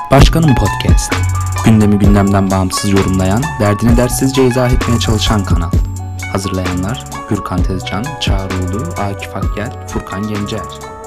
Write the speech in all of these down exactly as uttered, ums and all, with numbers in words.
Başkanım Podcast. Gündemi gündemden bağımsız yorumlayan, derdini dersizce izah etmeye çalışan kanal. Hazırlayanlar Gürkan Tezcan, Çağrı Ulu, Akif Akgel, Furkan Gencer.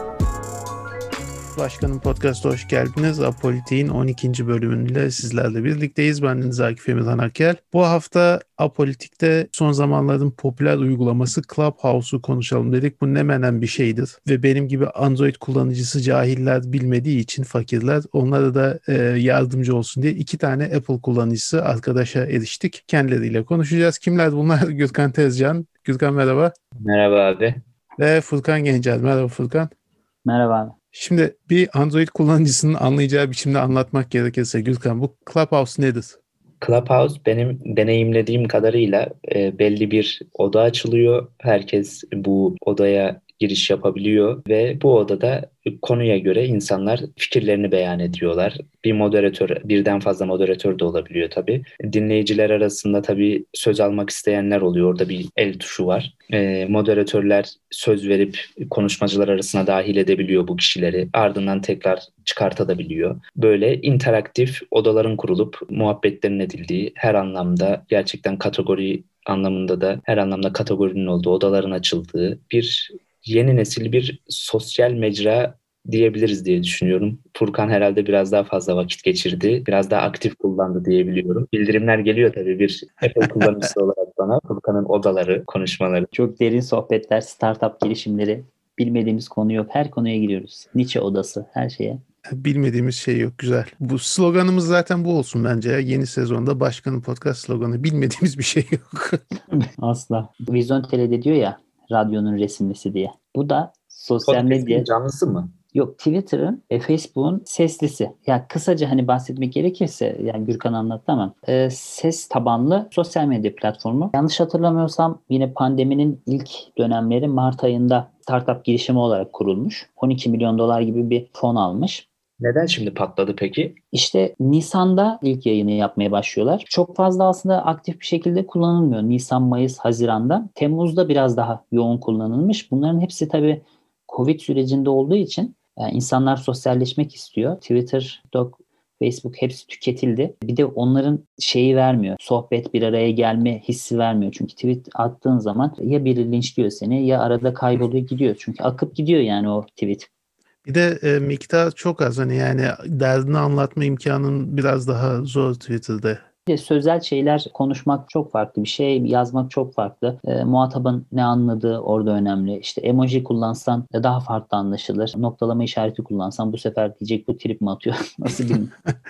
Başkanım Podcast'a hoş geldiniz. Apolitik'in on ikinci bölümüyle sizlerle birlikteyiz. Ben Deniz Akif Emirhan Akgel. Bu hafta Apolitik'te son zamanların popüler uygulaması Clubhouse'u konuşalım dedik. Bu ne menen bir şeydir ve benim gibi Android kullanıcısı cahiller bilmediği için fakirler onlara da e, yardımcı olsun diye iki tane Apple kullanıcısı arkadaşa eriştik. Kendileriyle konuşacağız. Kimler bunlar? Gürkan Tezcan. Gürkan merhaba. Merhaba abi. Ve Furkan Gencer. Merhaba Furkan. Merhaba abi. Şimdi bir Android kullanıcısının anlayacağı biçimde anlatmak gerekirse Gürkan, bu Clubhouse nedir? Clubhouse benim deneyimlediğim kadarıyla e, belli bir oda açılıyor. Herkes bu odaya giriş yapabiliyor ve bu odada konuya göre insanlar fikirlerini beyan ediyorlar. Bir moderatör, birden fazla moderatör de olabiliyor tabii. Dinleyiciler arasında tabii söz almak isteyenler oluyor. Orada bir el tuşu var. E, moderatörler söz verip konuşmacılar arasına dahil edebiliyor bu kişileri. Ardından tekrar çıkartabiliyor. Böyle interaktif odaların kurulup muhabbetlerin edildiği, her anlamda gerçekten kategori anlamında da her anlamda kategorinin olduğu, odaların açıldığı bir yeni nesil bir sosyal mecra diyebiliriz diye düşünüyorum. Furkan herhalde biraz daha fazla vakit geçirdi. Biraz daha aktif kullandı diyebiliyorum. Bildirimler geliyor tabii bir Apple kullanıcısı olarak bana. Furkan'ın odaları, konuşmaları. Çok derin sohbetler, startup girişimleri, bilmediğimiz konu yok. Her konuya giriyoruz. Nietzsche odası, her şeye. Bilmediğimiz şey yok. Güzel. Bu sloganımız zaten bu olsun bence. Yeni sezonda Başkanın Podcast sloganı. Bilmediğimiz bir şey yok. Asla. Vizyon Tele'de diyor ya, radyonun resimlisi diye. Bu da sosyal Podcast'in medya. canlısı mı? Yok, Twitter'ın ve Facebook'un seslisi. Ya kısaca hani bahsetmek gerekirse, yani Gürkan anlattı ama e, ses tabanlı sosyal medya platformu. Yanlış hatırlamıyorsam yine pandeminin ilk dönemleri Mart ayında startup girişimi olarak kurulmuş. on iki milyon dolar gibi bir fon almış. Neden şimdi patladı peki? İşte Nisan'da ilk yayını yapmaya başlıyorlar. Çok fazla aslında aktif bir şekilde kullanılmıyor. Nisan, Mayıs, Haziran'da. Temmuz'da biraz daha yoğun kullanılmış. Bunların hepsi tabii Covid sürecinde olduğu için yani insanlar sosyalleşmek istiyor. Twitter, TikTok, Facebook hepsi tüketildi. Bir de onların şeyi vermiyor. Sohbet, bir araya gelme hissi vermiyor. Çünkü tweet attığın zaman ya biri linçliyor seni ya arada kayboluyor gidiyor. Çünkü akıp gidiyor yani o tweet. Bir de e, miktar çok az. Hani yani derdini anlatma imkanın biraz daha zor Twitter'da. Bir de sözel şeyler konuşmak çok farklı bir şey, yazmak çok farklı. E, muhatabın ne anladığı orada önemli. İşte emoji kullansan daha farklı anlaşılır. Noktalama işareti kullansan bu sefer diyecek bu trip mi atıyor? Nasıl bilmiyorum.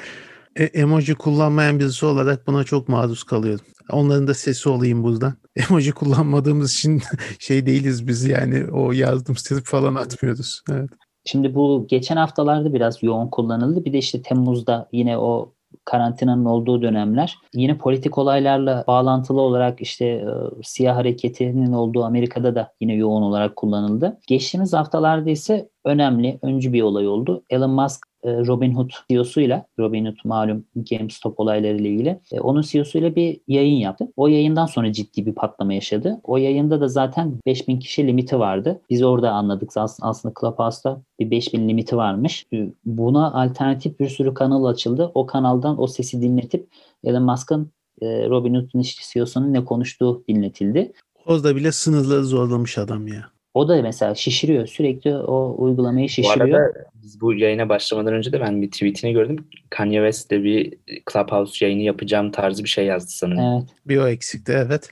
e, emoji kullanmayan birisi olarak buna çok maruz kalıyorum. Onların da sesi olayım buradan. Emoji kullanmadığımız için şey değiliz biz, yani o yazdım trip falan atmıyoruz. Evet. Şimdi bu geçen haftalarda biraz yoğun kullanıldı. Bir de işte Temmuz'da yine o karantinanın olduğu dönemler yine politik olaylarla bağlantılı olarak işte e, siyah hareketinin olduğu Amerika'da da yine yoğun olarak kullanıldı. Geçtiğimiz haftalarda ise önemli, öncü bir olay oldu. Elon Musk e, Robinhood C E O'suyla, Robinhood malum GameStop olaylarıyla ilgili, e, onun C E O'suyla bir yayın yaptı. O yayından sonra ciddi bir patlama yaşadı. O yayında da zaten beş bin kişi limiti vardı. Biz orada anladık aslında Clubhouse'da bir beş bin limiti varmış. Buna alternatif bir sürü kanal açıldı. O kanaldan o sesi dinletip Elon Musk'ın e, Robinhood'un C E O'sunun ne konuştuğu dinletildi. Orada bile sınırları zorlamış adam ya. O da mesela şişiriyor. Sürekli o uygulamayı şişiriyor. Bu arada biz bu yayına başlamadan önce de ben bir tweetini gördüm. Kanye West de bir Clubhouse yayını yapacağım tarzı bir şey yazdı sanırım. Evet. Bir o eksikti, evet.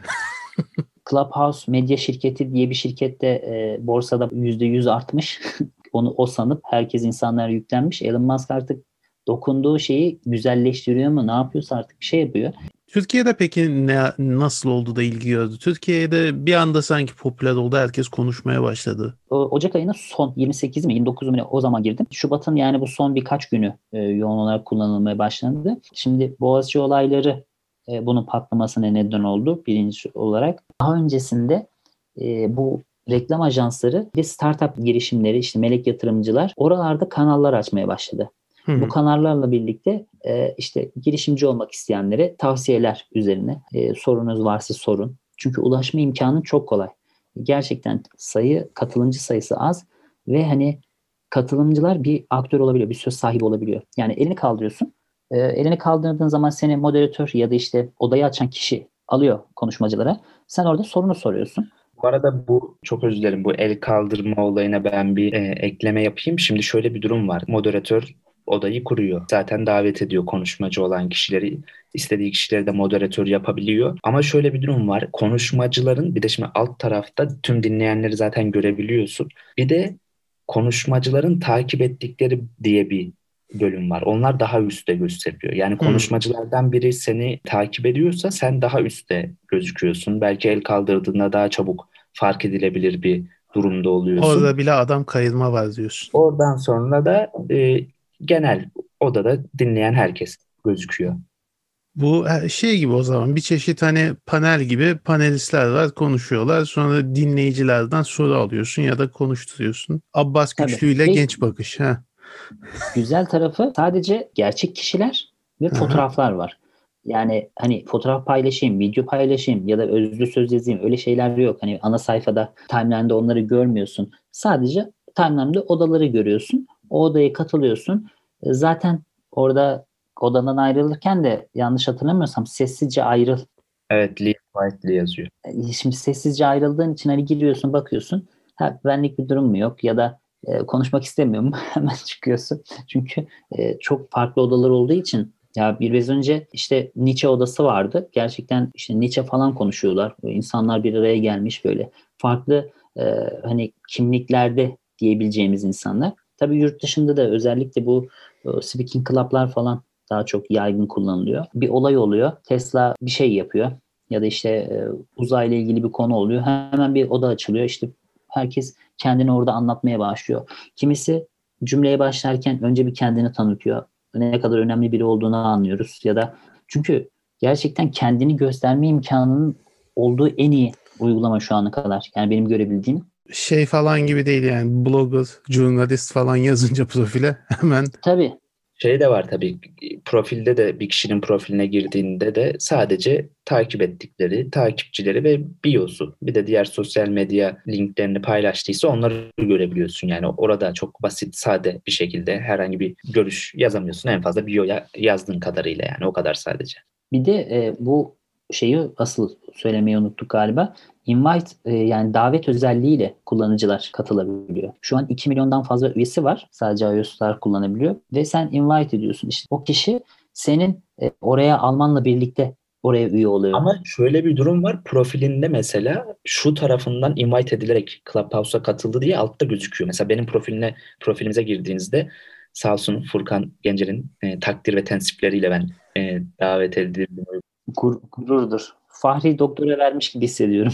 Clubhouse medya şirketi diye bir şirket de e, borsada yüzde yüz artmış. Onu o sanıp herkes, insanlar yüklenmiş. Elon Musk artık dokunduğu şeyi güzelleştiriyor mu? Ne yapıyorsa artık bir şey yapıyor. Türkiye'de peki ne, nasıl oldu da ilgi gördü? Türkiye'de bir anda sanki popüler oldu. Herkes konuşmaya başladı. O, Ocak ayının son yirmi sekiz mi yirmi dokuz mu o zaman girdim. Şubat'ın yani bu son birkaç günü e, yoğun olarak kullanılmaya başlandı. Şimdi Boğaziçi olayları e, bunun patlamasına neden oldu birinci olarak. Daha öncesinde e, bu reklam ajansları ve startup girişimleri, işte melek yatırımcılar oralarda kanallar açmaya başladı. Hı-hı. Bu kanallarla birlikte e, işte girişimci olmak isteyenlere tavsiyeler üzerine e, sorunuz varsa sorun. Çünkü ulaşma imkanı çok kolay. Gerçekten sayı, katılımcı sayısı az ve hani katılımcılar bir aktör olabiliyor, bir söz sahibi olabiliyor. Yani elini kaldırıyorsun. E, elini kaldırdığın zaman seni moderatör ya da işte odayı açan kişi alıyor konuşmacılara. Sen orada sorunu soruyorsun. Bu arada bu çok özür dilerim. Bu el kaldırma olayına ben bir e, ekleme yapayım. Şimdi şöyle bir durum var. Moderatör odayı kuruyor. Zaten davet ediyor konuşmacı olan kişileri. İstediği kişileri de moderatör yapabiliyor. Ama şöyle bir durum var. Konuşmacıların bir de şimdi alt tarafta tüm dinleyenleri zaten görebiliyorsun. Bir de konuşmacıların takip ettikleri diye bir bölüm var. Onlar daha üstte gösteriyor. Yani Hmm. konuşmacılardan biri seni takip ediyorsa sen daha üstte gözüküyorsun. Belki el kaldırdığında daha çabuk fark edilebilir bir durumda oluyorsun. Orada bile adam kayırma var diyorsun. Oradan sonra da e, genel odada dinleyen herkes gözüküyor. Bu şey gibi o zaman bir çeşit hani panel gibi panelistler var konuşuyorlar. Sonra dinleyicilerden soru alıyorsun ya da konuşturuyorsun. Abbas Tabii. Güçlü ile Ve Genç Bakış. Ha. güzel tarafı sadece gerçek kişiler ve Aha. fotoğraflar var. Yani hani fotoğraf paylaşayım, video paylaşayım ya da özlü söz yazayım öyle şeyler yok. Hani ana sayfada timeline'da onları görmüyorsun. Sadece timeline'da odaları görüyorsun. O odaya katılıyorsun. E, Zaten orada odadan ayrılırken de yanlış hatırlamıyorsam sessizce ayrıl. Evet, Lee Whiteley yazıyor. E, Şimdi sessizce ayrıldığın için hani giriyorsun bakıyorsun. Ha, benlik bir durum mu yok ya da e, konuşmak istemiyorum hemen çıkıyorsun. Çünkü e, çok farklı odalar olduğu için ya biraz önce işte Nietzsche odası vardı. Gerçekten işte Nietzsche falan konuşuyorlar. İnsanlar bir araya gelmiş böyle farklı e, hani kimliklerde diyebileceğimiz insanlar. Tabii yurt dışında da özellikle bu e, speaking club'lar falan daha çok yaygın kullanılıyor. Bir olay oluyor. Tesla bir şey yapıyor ya da işte e, uzayla ilgili bir konu oluyor. Hemen bir oda açılıyor. İşte herkes kendini orada anlatmaya başlıyor. Kimisi cümleye başlarken önce bir kendini tanıtıyor. Ne kadar önemli biri olduğunu anlıyoruz. Ya da çünkü gerçekten kendini gösterme imkanının olduğu en iyi uygulama şu ana kadar. Yani benim görebildiğim. Şey falan gibi değil yani blogger, jurnalist falan yazınca profile hemen. Tabii. Şey de var tabii, profilde de bir kişinin profiline girdiğinde de sadece takip ettikleri, takipçileri ve biosu, bir de diğer sosyal medya linklerini paylaştıysa onları görebiliyorsun. Yani orada çok basit, sade bir şekilde herhangi bir görüş yazamıyorsun. En fazla bioya yazdığın kadarıyla, yani o kadar sadece. Bir de e, bu şeyi asıl söylemeyi unuttuk galiba. Invite e, yani davet özelliğiyle kullanıcılar katılabiliyor. Şu an iki milyondan fazla üyesi var. Sadece iOS'lar kullanabiliyor. Ve sen invite ediyorsun. İşte o kişi senin e, oraya almanla birlikte oraya üye oluyor. Ama şöyle bir durum var. Profilinde mesela şu tarafından invite edilerek Clubhouse'a katıldı diye altta gözüküyor. Mesela benim profiline profilimize girdiğinizde sağ olsun Furkan Gencer'in e, takdir ve tensipleriyle ben e, davet edildim. Gur, gururdur. Fahri doktora vermiş gibi hissediyorum.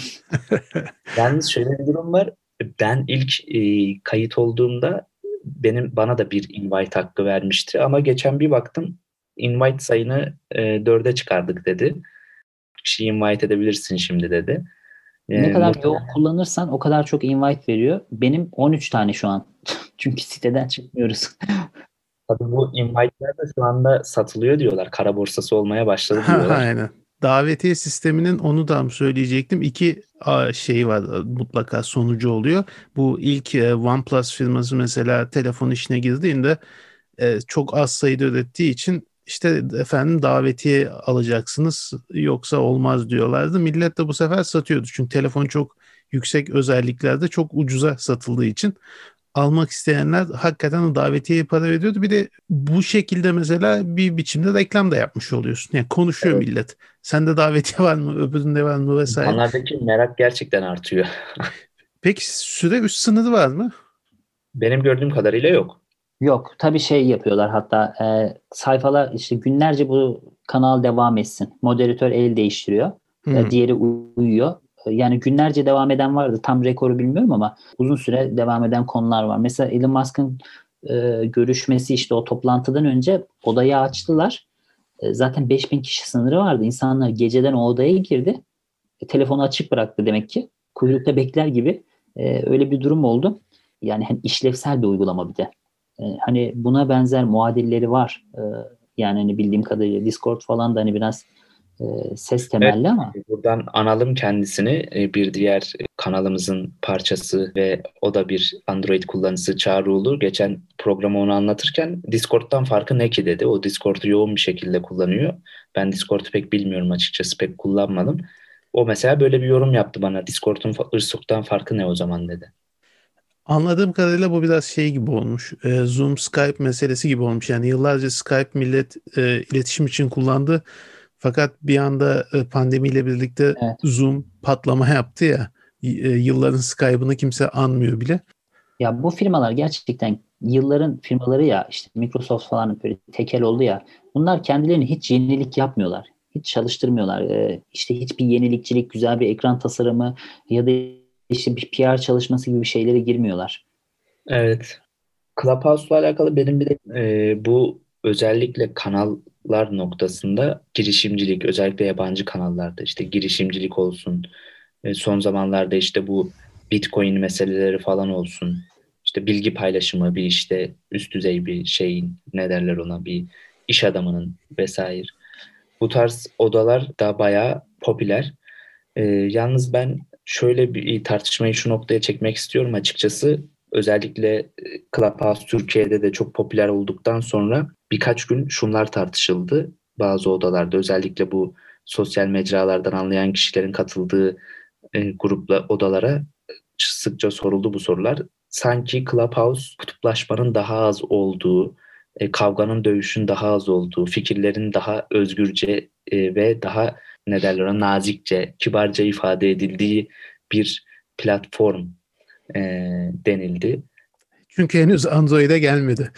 Yalnız şöyle bir durum var. Ben ilk e, kayıt olduğumda benim bana da bir invite hakkı vermişti. Ama geçen bir baktım invite sayını e, dörde çıkardık dedi. Kişiyi invite edebilirsin şimdi dedi. E, Ne kadar muhtemelen- yoğun kullanırsan o kadar çok invite veriyor. Benim on üç tane şu an. Çünkü siteden çıkmıyoruz. Tabii bu invite'ler de şu anda satılıyor diyorlar. Kara borsası olmaya başladı Ha, diyorlar. aynen. Davetiye sisteminin onu da mı söyleyecektim. İki a, şey var mutlaka sonucu oluyor. Bu ilk e, OnePlus firması mesela telefon işine girdiğinde e, çok az sayıda ürettiği için işte efendim davetiye alacaksınız yoksa olmaz diyorlardı. Millet de bu sefer satıyordu. Çünkü telefon çok yüksek özelliklerde çok ucuza satıldığı için almak isteyenler hakikaten o davetiyeye para veriyordu. Bir de bu şekilde mesela bir biçimde reklam da yapmış oluyorsun. Yani konuşuyor Evet. millet. Sende davetiye var mı, öbüründe var mı vesaire. İnsanlardaki merak gerçekten artıyor. Peki süre üst sınırı var mı? Benim gördüğüm kadarıyla yok. Yok. Tabii şey yapıyorlar hatta e, sayfalar işte günlerce bu kanal devam etsin. Moderatör el değiştiriyor. Hmm. E, diğeri uyuyor. E, yani günlerce devam eden vardı. Tam rekoru bilmiyorum ama uzun süre devam eden konular var. Mesela Elon Musk'ın e, görüşmesi işte o toplantıdan önce odayı açtılar. E, zaten beş bin kişi sınırı vardı. İnsanlar geceden o odaya girdi. E, telefonu açık bıraktı demek ki. Kuyrukta bekler gibi e, öyle bir durum oldu. Yani hani işlevsel bir uygulama bir de. E, hani buna benzer muadilleri var. E, yani hani bildiğim kadarıyla Discord falan da hani biraz e, ses temelli ama. Buradan analım kendisini. E, Bir diğer kanalımızın parçası ve o da bir Android kullanıcısı Çağrıoğlu. Geçen programı onu anlatırken Discord'dan farkı ne ki dedi. O Discord'u yoğun bir şekilde kullanıyor. Ben Discord'u pek bilmiyorum açıkçası, pek kullanmadım. O mesela böyle bir yorum yaptı bana. Discord'un fa- Irsok'tan farkı ne o zaman dedi. Anladığım kadarıyla bu biraz şey gibi olmuş. E, Zoom, Skype meselesi gibi olmuş. Yani yıllarca Skype millet e, iletişim için kullandı. Fakat bir anda e, pandemiyle birlikte Evet. Zoom patlama yaptı ya. Y- e, yılların Skype'ını kimse anmıyor bile. Ya bu firmalar gerçekten yılların firmaları ya, işte Microsoft falan böyle tekel oldu ya. Bunlar kendilerini hiç yenilik yapmıyorlar. Hiç çalıştırmıyorlar. Ee, işte hiçbir yenilikçilik, güzel bir ekran tasarımı ya da işte bir P R çalışması gibi şeylere girmiyorlar. Evet. Clubhouse'la alakalı benim bir de e, bu özellikle kanallar noktasında girişimcilik, özellikle yabancı kanallarda işte girişimcilik olsun. E, son zamanlarda işte bu Bitcoin meseleleri falan olsun. İşte bilgi paylaşımı, bir işte üst düzey bir şeyin, ne derler ona, bir iş adamının vesaire. Bu tarz odalar da bayağı popüler. E, yalnız ben şöyle bir tartışmayı şu noktaya çekmek istiyorum açıkçası. Özellikle e, Clubhouse Türkiye'de de çok popüler olduktan sonra birkaç gün şunlar tartışıldı bazı odalarda. Özellikle bu sosyal mecralardan anlayan kişilerin katıldığı e, grupla odalara sıkça soruldu bu sorular. Sanki Clubhouse kutuplaşmanın daha az olduğu, e, kavganın, dövüşün daha az olduğu, fikirlerin daha özgürce e, ve daha ne derler ona, nazikçe, kibarca ifade edildiği bir platform e, denildi. Çünkü henüz Android'e gelmedi.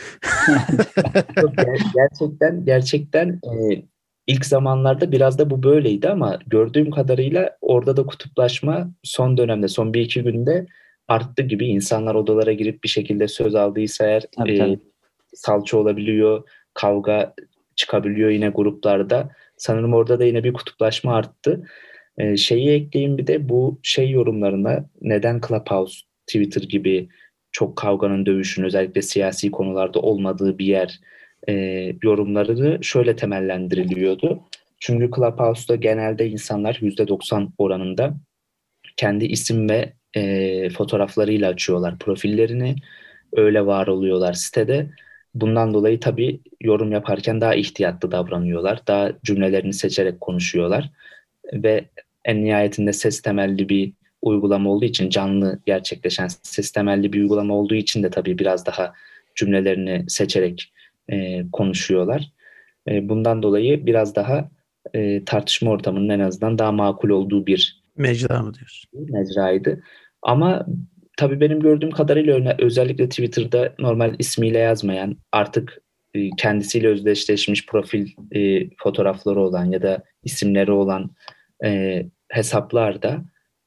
Ger- Gerçekten gerçekten e, ilk zamanlarda biraz da bu böyleydi ama gördüğüm kadarıyla orada da kutuplaşma son dönemde, son bir iki günde arttı gibi. İnsanlar odalara girip bir şekilde söz aldıysa eğer Tabii, e, tabii. salça olabiliyor, kavga çıkabiliyor yine gruplarda. Sanırım orada da yine bir kutuplaşma arttı. E, şeyi ekleyeyim bir de, bu şey yorumlarına neden Clubhouse, Twitter gibi çok kavganın, dövüşün, özellikle siyasi konularda olmadığı bir yer e, yorumları şöyle temellendiriliyordu. Çünkü Clubhouse'da genelde insanlar yüzde doksan oranında kendi isim ve e, fotoğraflarıyla açıyorlar profillerini. Öyle var oluyorlar sitede. Bundan dolayı tabii yorum yaparken daha ihtiyatlı davranıyorlar. Daha cümlelerini seçerek konuşuyorlar. Ve en nihayetinde ses temelli bir uygulama olduğu için, canlı gerçekleşen ses temelli bir uygulama olduğu için de tabii biraz daha cümlelerini seçerek e, konuşuyorlar. E, bundan dolayı biraz daha e, tartışma ortamının en azından daha makul olduğu bir Mecra mı diyorsun? mecraydı. Ama tabii benim gördüğüm kadarıyla öne- özellikle Twitter'da normal ismiyle yazmayan, artık e, kendisiyle özdeşleşmiş profil e, fotoğrafları olan ya da isimleri olan e, hesaplarda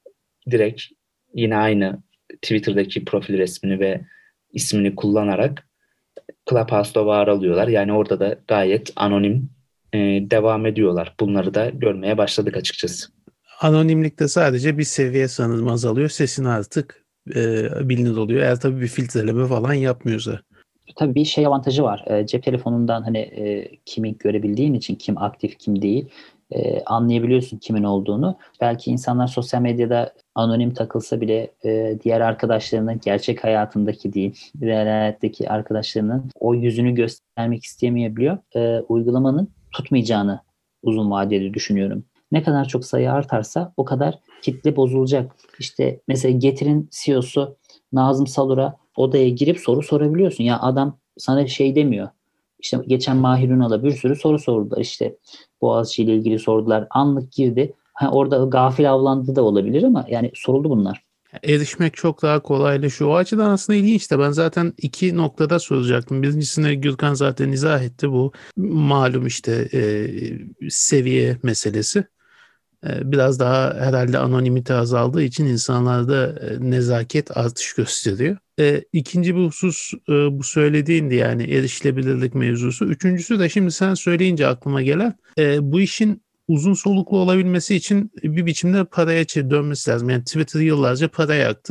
direkt yine aynı Twitter'daki profil resmini ve ismini kullanarak Clubhouse'da var alıyorlar. Yani orada da gayet anonim e, devam ediyorlar. Bunları da görmeye başladık açıkçası. Anonimlikte sadece bir seviye sanırım azalıyor. Sesin artık e, bilinir oluyor. Eğer tabii bir filtreleme falan yapmıyorsa. Tabii bir şey avantajı var. E, cep telefonundan hani e, kimi görebildiğin için, kim aktif kim değil e, anlayabiliyorsun kimin olduğunu. Belki insanlar sosyal medyada anonim takılsa bile e, diğer arkadaşlarının, gerçek hayatındaki değil, real hayattaki arkadaşlarının o yüzünü göstermek istemeyebiliyor. E, uygulamanın tutmayacağını uzun vadede düşünüyorum. Ne kadar çok sayı artarsa o kadar kitle bozulacak. İşte mesela Getir'in C E O'su Nazım Salur'a odaya girip soru sorabiliyorsun. Ya adam sana şey demiyor. İşte geçen Mahir Ünal'a bir sürü soru sordular. İşte Boğaziçi ile ilgili sordular. Anlık girdi. Ha, orada gafil avlandı da olabilir ama yani soruldu bunlar. Erişmek çok daha kolaylaşıyor. O açıdan aslında ilginç de, ben zaten iki noktada soracaktım. Birincisini Gürkan zaten izah etti, bu malum işte e, seviye meselesi. E, biraz daha herhalde anonimite azaldığı için insanlarda e, nezaket artış gösteriyor. E, ikinci bir husus e, bu söylediğindi, yani erişilebilirlik mevzusu. Üçüncüsü de şimdi sen söyleyince aklıma gelen, e, bu işin uzun soluklu olabilmesi için bir biçimde paraya dönmesi lazım. Yani Twitter yıllarca para yaktı.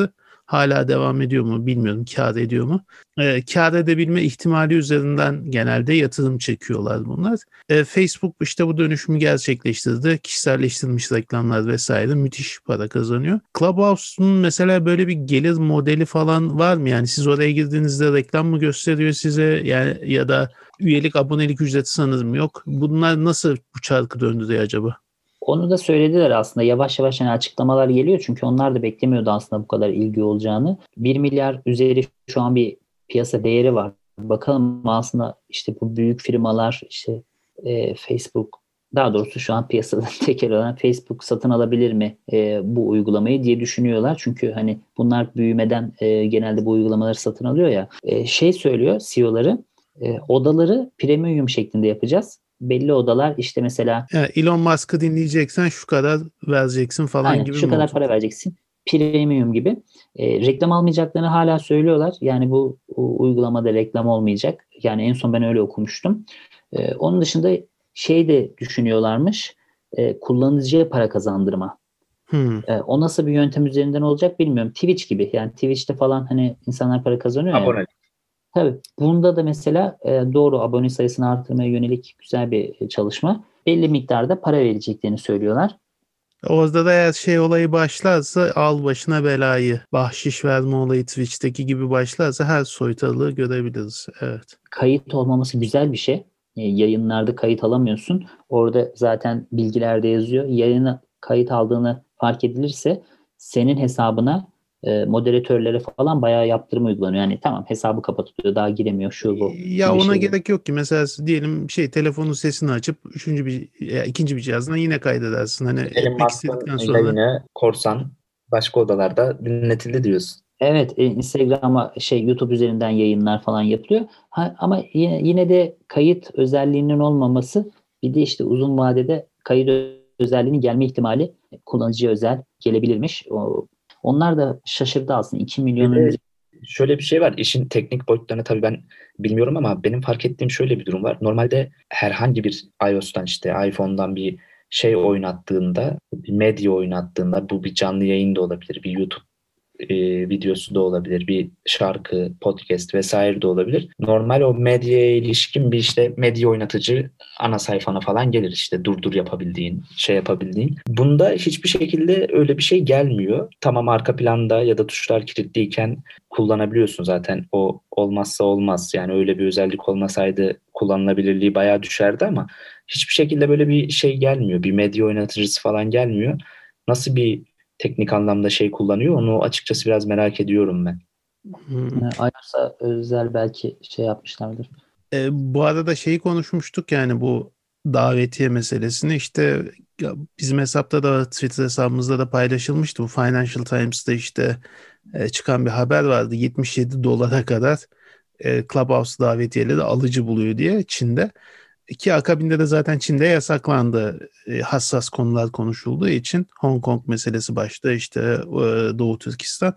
hala devam ediyor mu bilmiyorum, kâr ediyor mu? E, kâr edebilme ihtimali üzerinden genelde yatırım çekiyorlar bunlar. E, Facebook işte bu dönüşümü gerçekleştirdi. Kişiselleştirilmiş reklamlar vesaire müthiş para kazanıyor. Clubhouse'un mesela böyle bir gelir modeli falan var mı? Yani siz oraya girdiğinizde reklam mı gösteriyor size, yani ya da üyelik, abonelik ücreti sanırım yok. Bunlar nasıl bu çarkı döndürüyor acaba? Onu da söylediler aslında. Yavaş yavaş hani açıklamalar geliyor. Çünkü onlar da beklemiyordu aslında bu kadar ilgi olacağını. bir milyar üzeri şu an bir piyasa değeri var. Bakalım aslında işte bu büyük firmalar, işte e, Facebook, daha doğrusu şu an piyasada tekel olan Facebook satın alabilir mi e, bu uygulamayı diye düşünüyorlar. Çünkü hani bunlar büyümeden e, genelde bu uygulamaları satın alıyor ya. E, şey söylüyor C E O'ları, e, odaları premium şeklinde yapacağız. Belli odalar işte mesela Yani Elon Musk'ı dinleyeceksen şu kadar vereceksin falan aynen, gibi şu mi kadar oldu? para vereceksin. Premium gibi. E, reklam almayacaklarını hala söylüyorlar. Yani bu u- uygulamada reklam olmayacak. Yani en son ben öyle okumuştum. E, onun dışında şey de düşünüyorlarmış. E, kullanıcıya para kazandırma. Hmm. E, o nasıl bir yöntem üzerinden olacak bilmiyorum. Twitch gibi. Yani Twitch'te falan hani insanlar para kazanıyor ya. Abone. Tabii. Bunda da mesela e, doğru abone sayısını artırmaya yönelik güzel bir e, çalışma. Belli miktarda para vereceklerini söylüyorlar. Orada da eğer şey olayı başlarsa, al başına belayı, bahşiş verme olayı Twitch'teki gibi başlarsa her soytarılığı görebiliriz. Evet. Kayıt olmaması güzel bir şey. E, yayınlarda kayıt alamıyorsun. Orada zaten bilgilerde yazıyor. Yayını kayıt aldığını fark edilirse senin hesabına e, moderatörlere falan bayağı yaptırım uygulanıyor. Yani tamam, hesabı kapatılıyor, daha giremiyor şu bu Ya gibi ona şeyler. gerek yok ki. Mesela diyelim şey, telefonun sesini açıp üçüncü bir ya ikinci bir cihazına yine kaydedersin. Hani Elon etmek Musk'ın istedikten sonra. yayını korsan başka odalarda dinletildi diyorsun. Evet, e, Instagram'a şey YouTube üzerinden yayınlar falan yapılıyor. Ha, ama yine, yine de kayıt özelliğinin olmaması, bir de işte uzun vadede kayıt özelliğinin gelme ihtimali kullanıcıya özel gelebilirmiş. O, onlar da şaşırdı aslında. iki Bir milyonun de üzeri. şöyle bir şey var. İşin teknik boyutlarını tabii ben bilmiyorum ama benim fark ettiğim şöyle bir durum var. Normalde herhangi bir iOS'tan, işte iPhone'dan bir şey oynattığında, bir medya oynattığında, bu bir canlı yayın da olabilir, bir YouTube e, videosu da olabilir, bir şarkı, podcast vesaire de olabilir. Normal o medyaya ilişkin bir işte medya oynatıcı ana sayfana falan gelir, işte durdur yapabildiğin, şey yapabildiğin. Bunda hiçbir şekilde öyle bir şey gelmiyor. Tamam, arka planda ya da tuşlar kilitliyken kullanabiliyorsun zaten. O olmazsa olmaz. Yani öyle bir özellik olmasaydı kullanılabilirliği bayağı düşerdi ama hiçbir şekilde böyle bir şey gelmiyor. Bir medya oynatıcısı falan gelmiyor. Nasıl bir teknik anlamda şey kullanıyor, onu açıkçası biraz merak ediyorum ben. Hmm. iOS'a özel belki şey yapmışlardır. E, bu arada şeyi konuşmuştuk, yani bu davetiye meselesini. İşte ya bizim hesapta da, Twitter hesabımızda da paylaşılmıştı. Bu Financial Times'ta işte e, çıkan bir haber vardı. yetmiş yedi dolara kadar e, Clubhouse davetiyeleri alıcı buluyor diye Çin'de. Ki akabinde de zaten Çin'de yasaklandı. E, hassas konular konuşulduğu için Hong Kong meselesi başta, işte e, Doğu Türkistan.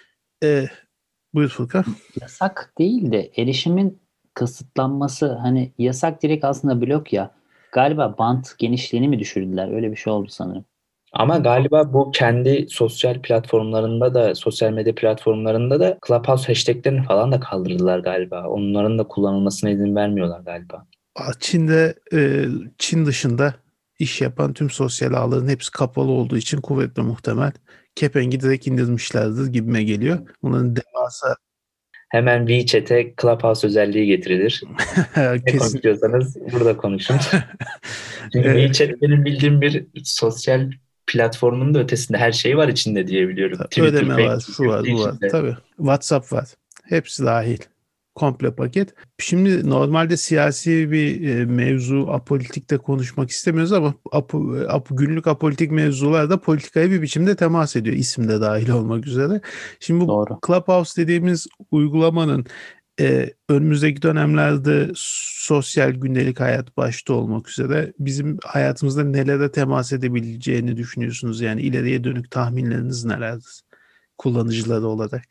E, buyur Furkan. Yasak değil de erişimin kısıtlanması, hani yasak direkt aslında blok ya. Galiba bant genişliğini mi düşürdüler? Öyle bir şey oldu sanırım. Ama galiba bu kendi sosyal platformlarında da, sosyal medya platformlarında da Clubhouse hashtaglerini falan da kaldırdılar galiba. Onların da kullanılmasına izin vermiyorlar galiba. Çin'de e, Çin dışında iş yapan tüm sosyal ağların hepsi kapalı olduğu için kuvvetle muhtemel kepengi direkt indirmişlerdir gibime geliyor. Bunların devasa Hemen WeChat'e Clubhouse özelliği getirilir. Ne kesin konuşuyorsanız burada konuşun. Çünkü e, WeChat benim bildiğim bir sosyal platformun da ötesinde her şey var içinde diye biliyorum. Twitter, ödeme var, Facebook şu var, hepsi bu var. içinde. Tabii WhatsApp var. Hepsi dahil. Komple paket. Şimdi normalde siyasi bir e, mevzu, apolitikte konuşmak istemiyoruz ama ap, ap, günlük apolitik mevzular da politikaya bir biçimde temas ediyor. İsim de dahil olmak üzere. Şimdi bu Doğru. Clubhouse dediğimiz uygulamanın e, önümüzdeki dönemlerde sosyal gündelik hayat başta olmak üzere bizim hayatımızda nelere temas edebileceğini düşünüyorsunuz? Yani ileriye dönük tahminleriniz nelerdir kullanıcıları olarak?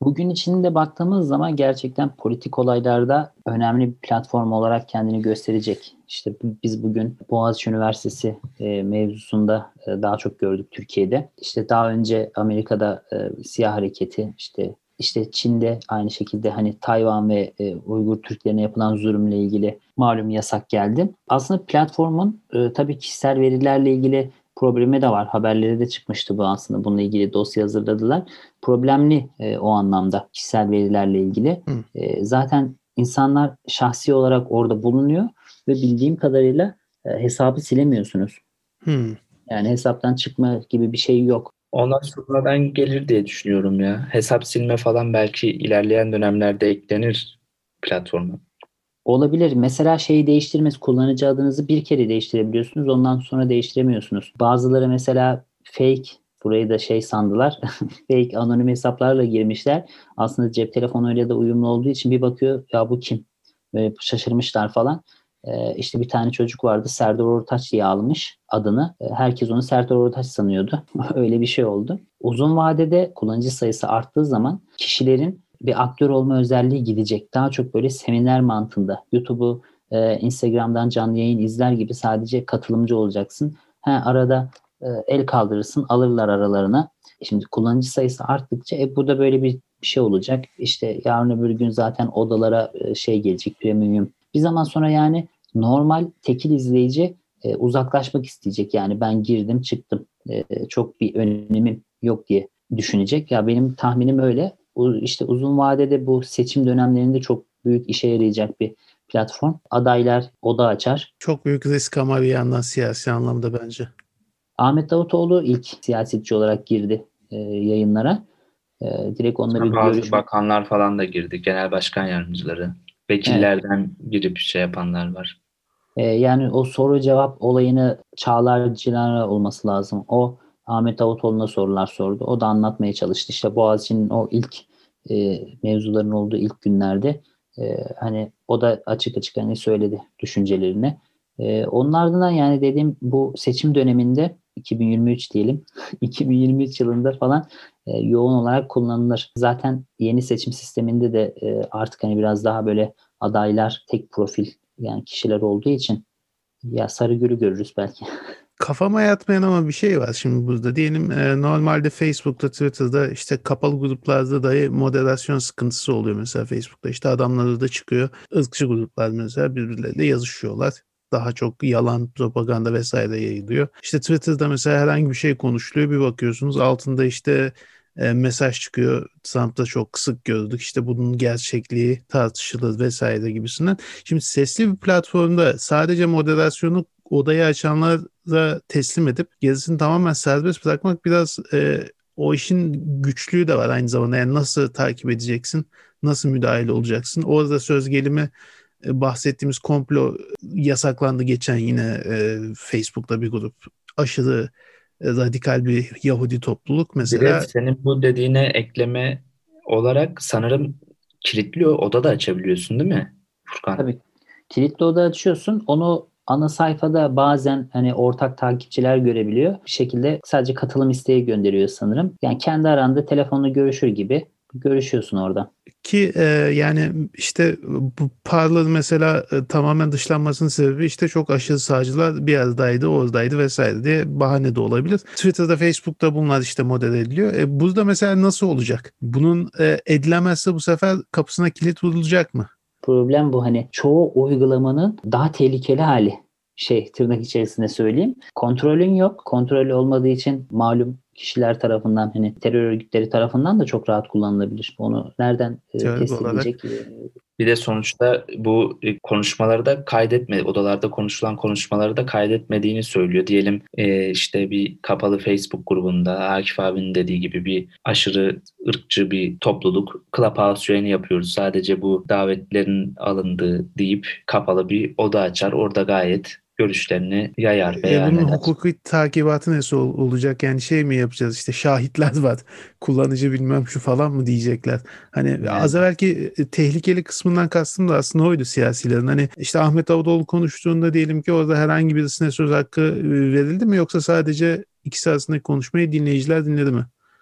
Bugün içinde baktığımız zaman gerçekten politik olaylarda önemli bir platform olarak kendini gösterecek. İşte biz bugün Boğaziçi Üniversitesi e, mevzusunda e, daha çok gördük Türkiye'de. İşte daha önce Amerika'da e, siyah hareketi, işte işte Çin'de aynı şekilde hani Tayvan ve e, Uygur Türklerine yapılan zulümle ilgili malum yasak geldi. Aslında platformun e, tabii kişisel verilerle ilgili problemi de var. Haberleri de çıkmıştı bu aslında. Bununla ilgili dosya hazırladılar. Problemli e, o anlamda kişisel verilerle ilgili. E, zaten insanlar şahsi olarak orada bulunuyor ve bildiğim kadarıyla e, hesabı silemiyorsunuz. Hmm. Yani hesaptan çıkma gibi bir şey yok. Onlar sonradan gelir diye düşünüyorum ya. Hesap silme falan belki ilerleyen dönemlerde eklenir platforma. Olabilir. Mesela şeyi değiştirmez. Kullanıcı adınızı bir kere değiştirebiliyorsunuz. Ondan sonra değiştiremiyorsunuz. Bazıları mesela fake, burayı da şey sandılar. Fake anonim hesaplarla girmişler. Aslında cep telefonuyla da uyumlu olduğu için bir bakıyor ya bu kim? Böyle şaşırmışlar falan. Ee, işte bir tane çocuk vardı. Serdar Ortaç diye almış adını. Ee, herkes onu Serdar Ortaç sanıyordu. Öyle bir şey oldu. Uzun vadede kullanıcı sayısı arttığı zaman kişilerin bir aktör olma özelliği gidecek. Daha çok böyle seminer mantığında. YouTube'u, e, Instagram'dan canlı yayın izler gibi sadece katılımcı olacaksın. Ha, arada e, el kaldırırsın, alırlar aralarına. Şimdi kullanıcı sayısı arttıkça e, burada böyle bir, bir şey olacak. İşte yarın öbür gün zaten odalara e, şey gelecek, premium. Bir zaman sonra yani normal tekil izleyici e, uzaklaşmak isteyecek. Yani ben girdim çıktım. E, çok bir önemim yok diye düşünecek. Ya benim tahminim öyle. İşte uzun vadede bu seçim dönemlerinde çok büyük işe yarayacak bir platform. Adaylar oda açar. Çok büyük risk ama bir yandan siyasi anlamda bence. Ahmet Davutoğlu ilk siyasetçi olarak girdi e, yayınlara. E, direkt onunla bir Bazı görüşme. bakanlar falan da girdi. Genel başkan yardımcıları. Evet. Vekillerden girip şey yapanlar var. E, yani o soru cevap olayını Çağlar Cilara olması lazım. O Ahmet Davutoğlu'na sorular sordu. O da anlatmaya çalıştı. İşte Boğaziçi'nin o ilk e, mevzuların olduğu ilk günlerde e, hani o da açık açık hani söyledi düşüncelerini. E, onun ardından yani dediğim bu seçim döneminde iki bin yirmi üç diyelim iki bin yirmi üç yılında falan e, yoğun olarak kullanılır. Zaten yeni seçim sisteminde de e, artık hani biraz daha böyle adaylar tek profil yani kişiler olduğu için ya Sarıgül'ü görürüz belki. Kafama yatmayan ama bir şey var şimdi burada. Diyelim e, normalde Facebook'ta, Twitter'da işte kapalı gruplarda dahi moderasyon sıkıntısı oluyor mesela Facebook'ta. İşte adamları da çıkıyor. Irkçı gruplar mesela birbirleriyle yazışıyorlar. Daha çok yalan, propaganda vesaire yayılıyor. İşte Twitter'da mesela herhangi bir şey konuşuluyor. Bir bakıyorsunuz altında işte e, mesaj çıkıyor. Trump'ta çok sık gördük. İşte bunun gerçekliği tartışılır vesaire gibisinden. Şimdi sesli bir platformda sadece moderasyonu odayı açanlara teslim edip gerisini tamamen serbest bırakmak biraz e, o işin güçlüğü de var aynı zamanda. Yani nasıl takip edeceksin, nasıl müdahale olacaksın? Orada söz gelimi e, bahsettiğimiz komplo yasaklandı geçen yine e, Facebook'ta bir grup. Aşırı e, radikal bir Yahudi topluluk Bir de mesela. senin bu dediğine ekleme olarak sanırım kilitli oda da açabiliyorsun değil mi Furkan? Tabii kilitli oda açıyorsun. Onu ana sayfada bazen hani ortak takipçiler görebiliyor. Bir şekilde sadece katılım isteği gönderiyor sanırım. Yani kendi aranda telefonla görüşür gibi görüşüyorsun orada. Ki e, yani işte bu Parler mesela e, tamamen dışlanmasının sebebi işte çok aşırı sağcılar bir aradaydı, oradaydı vesaire diye bahane de olabilir. Twitter'da, Facebook'ta bunlar işte model ediliyor. E, burada mesela nasıl olacak? Bunun e, edilemezse bu sefer kapısına kilit vurulacak mı? Problem bu hani çoğu uygulamanın daha tehlikeli hali. Şey tırnak içerisinde söyleyeyim. Kontrolün yok. Kontrolü olmadığı için malum kişiler tarafından hani terör örgütleri tarafından da çok rahat kullanılabilir. Onu nereden e, Teorik test olarak. edilecek? E, Bir de sonuçta bu e, konuşmaları da kaydetme, odalarda konuşulan konuşmaları da kaydetmediğini söylüyor. Diyelim e, işte bir kapalı Facebook grubunda Akif abinin dediği gibi bir aşırı ırkçı bir topluluk Clubhouse yayını yapıyoruz. Sadece bu davetlerin alındığı deyip kapalı bir oda açar. Orada gayet görüşlerini yayar, E, beyan bunun eder. hukuki takibatı nasıl ol- olacak? Yani şey mi yapacağız işte şahitler var, kullanıcı bilmem şu falan mı diyecekler. Hani Yani az evvelki e, tehlikeli kısmından kastım da aslında oydu siyasilerin. Hani işte Ahmet Davutoğlu konuştuğunda diyelim ki orada herhangi birisine söz hakkı e, verildi mi yoksa sadece ikisi arasındaki konuşmayı dinleyiciler dinledi mi?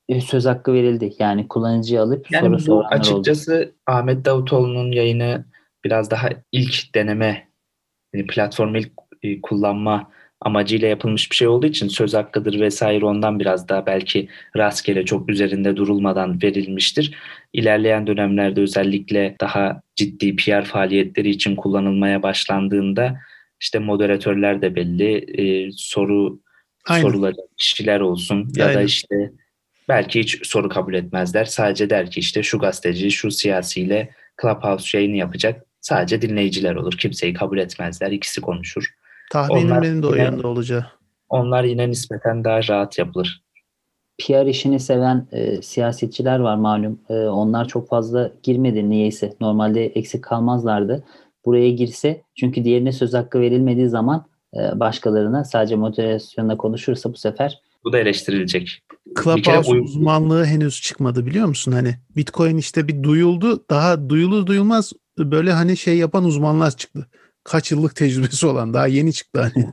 e, söz hakkı verildi. Yani kullanıcıyı alıp soru Yani bu soranlar oldu. açıkçası Ahmet Davutoğlu'nun yayını biraz daha ilk deneme, yani platformu ilk e, kullanma amacıyla yapılmış bir şey olduğu için söz hakkıdır vesaire, ondan biraz daha belki rastgele çok üzerinde durulmadan verilmiştir. İlerleyen dönemlerde özellikle daha ciddi P R faaliyetleri için kullanılmaya başlandığında işte moderatörler de belli, e, soru Aynen. sorulacak kişiler olsun ya da Aynen. işte belki hiç soru kabul etmezler. Sadece der ki işte şu gazeteci, şu siyasiyle Clubhouse yayını yapacak. Sadece dinleyiciler olur. Kimseyi kabul etmezler. İkisi konuşur. Tahminim Onlar benim de o yine, yönde olacağı. onlar yine nispeten daha rahat yapılır. P R işini seven e, siyasetçiler var malum. E, onlar çok fazla girmedi niyeyse. Normalde eksik kalmazlardı. Buraya girse, çünkü diğerine söz hakkı verilmediği zaman e, başkalarına sadece moderasyonla konuşursa bu sefer Bu da eleştirilecek. Bir kere Clubhouse uy- uzmanlığı henüz çıkmadı, biliyor musun? Hani Bitcoin işte bir duyuldu. Daha duyulur duyulmaz böyle hani şey yapan uzmanlar çıktı. Kaç yıllık tecrübesi olan, daha yeni çıktı hani.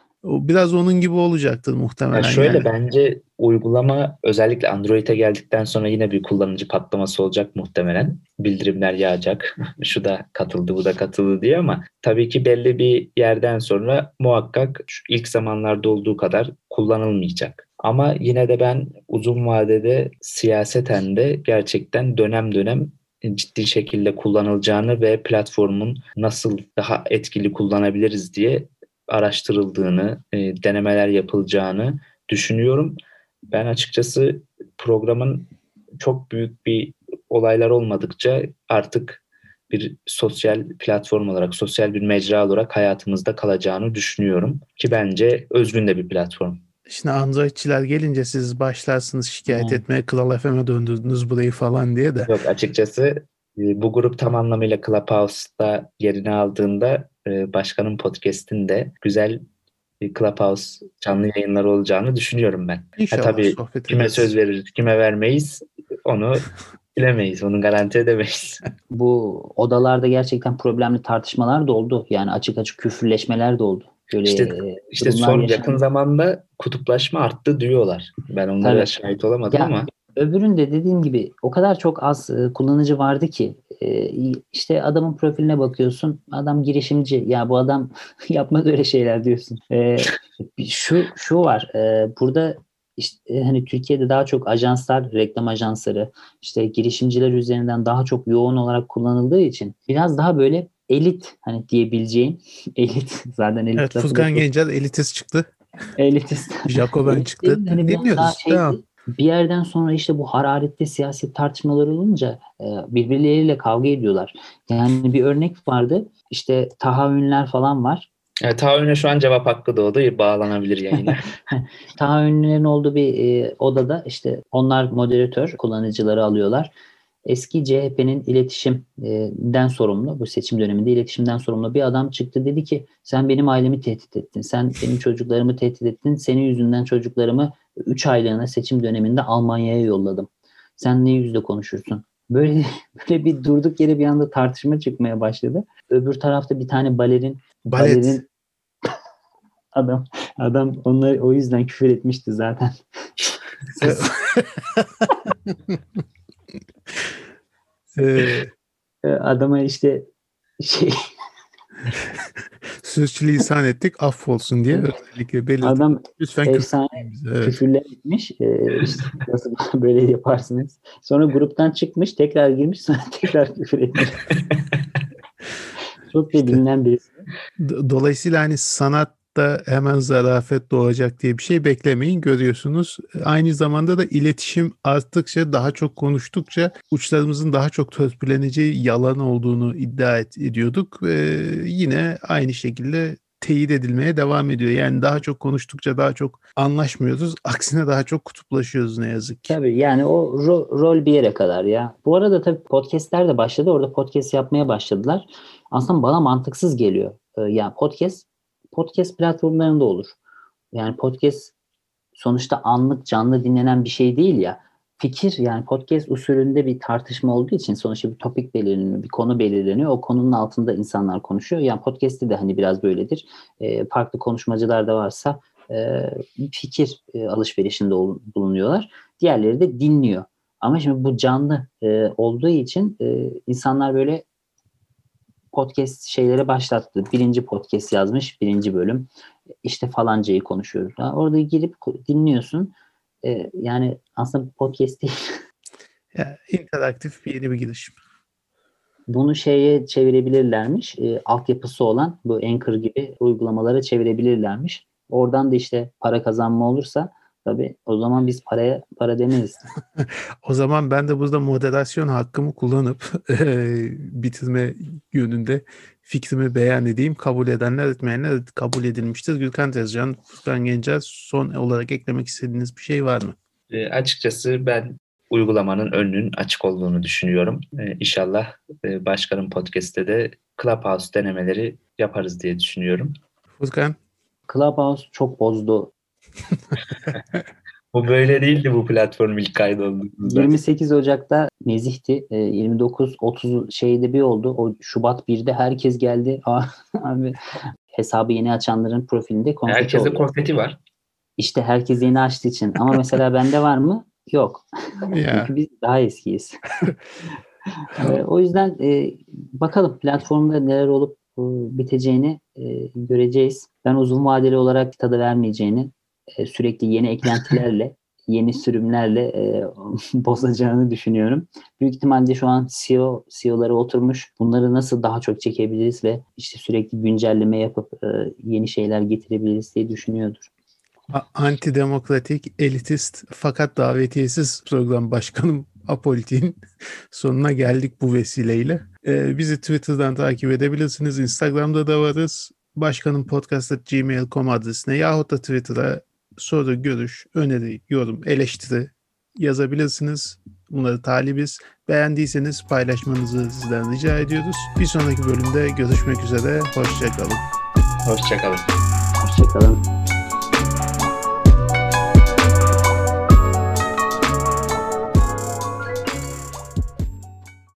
O biraz onun gibi olacaktır Ya muhtemelen şöyle, yani. bence uygulama özellikle Android'e geldikten sonra yine bir kullanıcı patlaması olacak muhtemelen. Bildirimler yağacak. Şu da katıldı, bu da katıldı diye, ama tabii ki belli bir yerden sonra muhakkak şu ilk zamanlarda olduğu kadar kullanılmayacak. Ama yine de ben uzun vadede siyaseten de gerçekten dönem dönem ciddi şekilde kullanılacağını ve platformun nasıl daha etkili kullanabiliriz diye araştırıldığını, e, denemeler yapılacağını düşünüyorum. Ben açıkçası programın çok büyük bir olaylar olmadıkça artık bir sosyal platform olarak, sosyal bir mecra olarak hayatımızda kalacağını düşünüyorum. Ki bence özgün de bir platform. Şimdi Androidçiler gelince siz başlarsınız şikayet Hmm. etmeye, Kral F M'e döndürdünüz burayı falan diye de. Yok, açıkçası e, bu grup tam anlamıyla Clubhouse'da yerini aldığında e, başkanın podcast'inde güzel bir Clubhouse canlı yayınları olacağını düşünüyorum ben. Ha, İnşallah tabii sohbet kime ederiz. söz veririz, kime vermeyiz onu bilemeyiz, onu garanti edemeyiz. bu odalarda gerçekten problemli tartışmalar da oldu. Yani açık açık küfürleşmeler de oldu. Böyle İşte e, işte durumlar son yaşandı. yakın zamanda kutuplaşma arttı diyorlar. Ben onlara Tabii. şahit olamadım Ya, ama öbüründe dediğim gibi o kadar çok az e, kullanıcı vardı ki e, işte adamın profiline bakıyorsun, adam girişimci, ya bu adam yapmaz öyle şeyler diyorsun. E, şu şu var e, burada işte e, hani Türkiye'de daha çok ajanslar, reklam ajansları, işte girişimciler üzerinden daha çok yoğun olarak kullanıldığı için biraz daha böyle elit hani diyebileceğim elit, zaten elit Evet, lafı da Furkan çok Gencer elitist çıktı. elitist. Jacoben çıktı. Elitlerin hani biraz daha Dinliyoruz. Devam. şeydi. Bir yerden sonra işte bu hararetli siyasi tartışmalar olunca e, birbirleriyle kavga ediyorlar. Yani bir örnek vardı. İşte tahammüller falan var. evet, tahayyüne şu an cevap hakkı doğdu. Bağlanabilir yayına. Tahammüllerin olduğu bir e, odada işte onlar moderatör, kullanıcıları alıyorlar. Eski C H P'nin iletişimden sorumlu, bu seçim döneminde iletişimden sorumlu bir adam çıktı, dedi ki sen benim ailemi tehdit ettin, sen benim çocuklarımı tehdit ettin, senin yüzünden çocuklarımı üç aylığına seçim döneminde Almanya'ya yolladım. Sen ne yüzle konuşursun? Böyle böyle bir durduk yere bir anda tartışma çıkmaya başladı. Öbür tarafta bir tane balerin Balet. balerin adam adam onlar o yüzden küfür etmişti zaten. Ee, Adama işte şey sürçülisan ettik, affolsun diye özellikle belirttik. adam Lütfen efsane küfür bize. Evet. küfürler etmiş. Ee, işte nasıl böyle yaparsınız? Sonra gruptan çıkmış, tekrar girmiş, sonra tekrar küfür etmiş. Çok da İşte. bilinen birisi. Do- Dolayısıyla hani sanatta hemen zarafet doğacak diye bir şey beklemeyin, görüyorsunuz. Aynı zamanda da iletişim arttıkça, daha çok konuştukça uçlarımızın daha çok törpüleneceği yalan olduğunu iddia et, ediyorduk. Ve yine aynı şekilde teyit edilmeye devam ediyor. Yani daha çok konuştukça daha çok anlaşmıyoruz. Aksine daha çok kutuplaşıyoruz ne yazık ki. Tabii yani o ro- rol bir yere kadar ya. Bu arada tabii podcastler de başladı. Orada podcast yapmaya başladılar. Aslında bana mantıksız geliyor. Ee, yani podcast podcast platformlarında olur. Yani podcast sonuçta anlık canlı dinlenen bir şey değil ya. Fikir, yani podcast usulünde bir tartışma olduğu için sonuçta bir topik belirleniyor, bir konu belirleniyor. O konunun altında insanlar konuşuyor. Yani podcast'te de hani biraz böyledir. E, farklı konuşmacılar da varsa e, fikir e, alışverişinde ol, bulunuyorlar. Diğerleri de dinliyor. Ama şimdi bu canlı e, olduğu için e, insanlar böyle podcast şeylere başlattı. Birinci podcast yazmış, birinci bölüm. İşte falancayı konuşuyoruz. Ha, orada girip dinliyorsun. E, yani aslında podcast değil. Ya, interaktif bir yeni bir girişim. Bunu şeye çevirebilirlermiş. E, altyapısı olan bu Anchor gibi uygulamalara çevirebilirlermiş. Oradan da işte para kazanma olursa tabii o zaman biz paraya para demeyiz. O zaman ben de burada moderasyon hakkımı kullanıp bitirme yönünde fikrimi beyan edeyim. Kabul edenler etmeyenler kabul edilmiştir. Gürkan Tezcan, Furkan Gencer, son olarak eklemek istediğiniz bir şey var mı? E, açıkçası ben uygulamanın önünün açık olduğunu düşünüyorum. E, İnşallah e, başkanın podcast'te de Clubhouse denemeleri yaparız diye düşünüyorum. Furkan? Clubhouse çok bozdu. Bu böyle değildi bu platform ilk kaydolduğunda. yirmi sekiz Ocak'ta nezihti. E, yirmi dokuz otuz şeyde bir oldu. O Şubat birde herkes geldi. Abi hesabı yeni açanların profilinde konfeti Herkeste oldu. konfeti var. İşte herkes yeni açtığı için. Ama mesela bende var mı? Yok. Ya. Çünkü biz daha eskiyiz. e, o yüzden e, bakalım platformda neler olup e, biteceğini e, göreceğiz. Ben uzun vadeli olarak tadı vermeyeceğini, e, sürekli yeni eklentilerle, yeni sürümlerle e, bozacağını düşünüyorum. Büyük ihtimalle şu an C E O, C E O'ları oturmuş. Bunları nasıl daha çok çekebiliriz ve işte sürekli güncelleme yapıp e, yeni şeyler getirebiliriz diye düşünüyordur. Antidemokratik, elitist fakat davetiyesiz program başkanım Apolitik'in sonuna geldik bu vesileyle. Ee, bizi Twitter'dan takip edebilirsiniz. Instagram'da da varız. Başkanım podcast at gmail nokta com adresine yahut da Twitter'a soru, görüş, öneri, yorum, eleştiri yazabilirsiniz. Bunları talibiz. Beğendiyseniz paylaşmanızı sizden rica ediyoruz. Bir sonraki bölümde görüşmek üzere. Hoşça kalın. Hoşça kalın. Hoşçakalın.